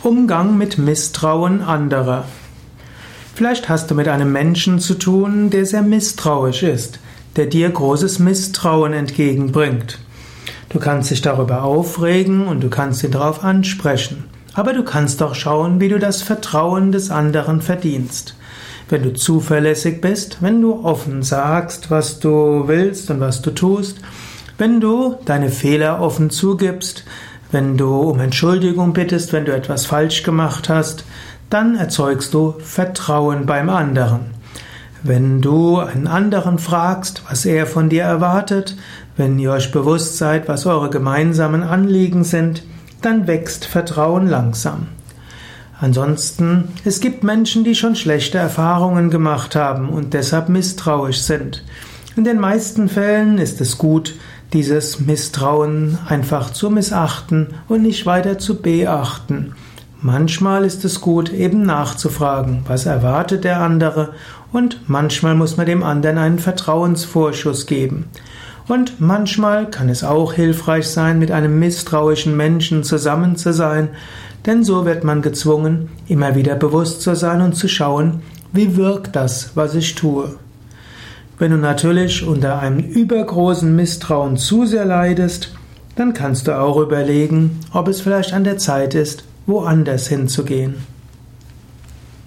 Umgang mit Misstrauen anderer. Vielleicht hast du mit einem Menschen zu tun, der sehr misstrauisch ist, der dir großes Misstrauen entgegenbringt. Du kannst dich darüber aufregen und du kannst ihn darauf ansprechen. Aber du kannst auch schauen, wie du das Vertrauen des anderen verdienst. Wenn du zuverlässig bist, wenn du offen sagst, was du willst und was du tust, wenn du deine Fehler offen zugibst, wenn du um Entschuldigung bittest, wenn du etwas falsch gemacht hast, dann erzeugst du Vertrauen beim anderen. Wenn du einen anderen fragst, was er von dir erwartet, wenn ihr euch bewusst seid, was eure gemeinsamen Anliegen sind, dann wächst Vertrauen langsam. Ansonsten, es gibt Menschen, die schon schlechte Erfahrungen gemacht haben und deshalb misstrauisch sind. In den meisten Fällen ist es gut, dieses Misstrauen einfach zu missachten und nicht weiter zu beachten. Manchmal ist es gut, eben nachzufragen, was erwartet der andere, und manchmal muss man dem anderen einen Vertrauensvorschuss geben. Und manchmal kann es auch hilfreich sein, mit einem misstrauischen Menschen zusammen zu sein, denn so wird man gezwungen, immer wieder bewusst zu sein und zu schauen, wie wirkt das, was ich tue. Wenn du natürlich unter einem übergroßen Misstrauen zu sehr leidest, dann kannst du auch überlegen, ob es vielleicht an der Zeit ist, woanders hinzugehen.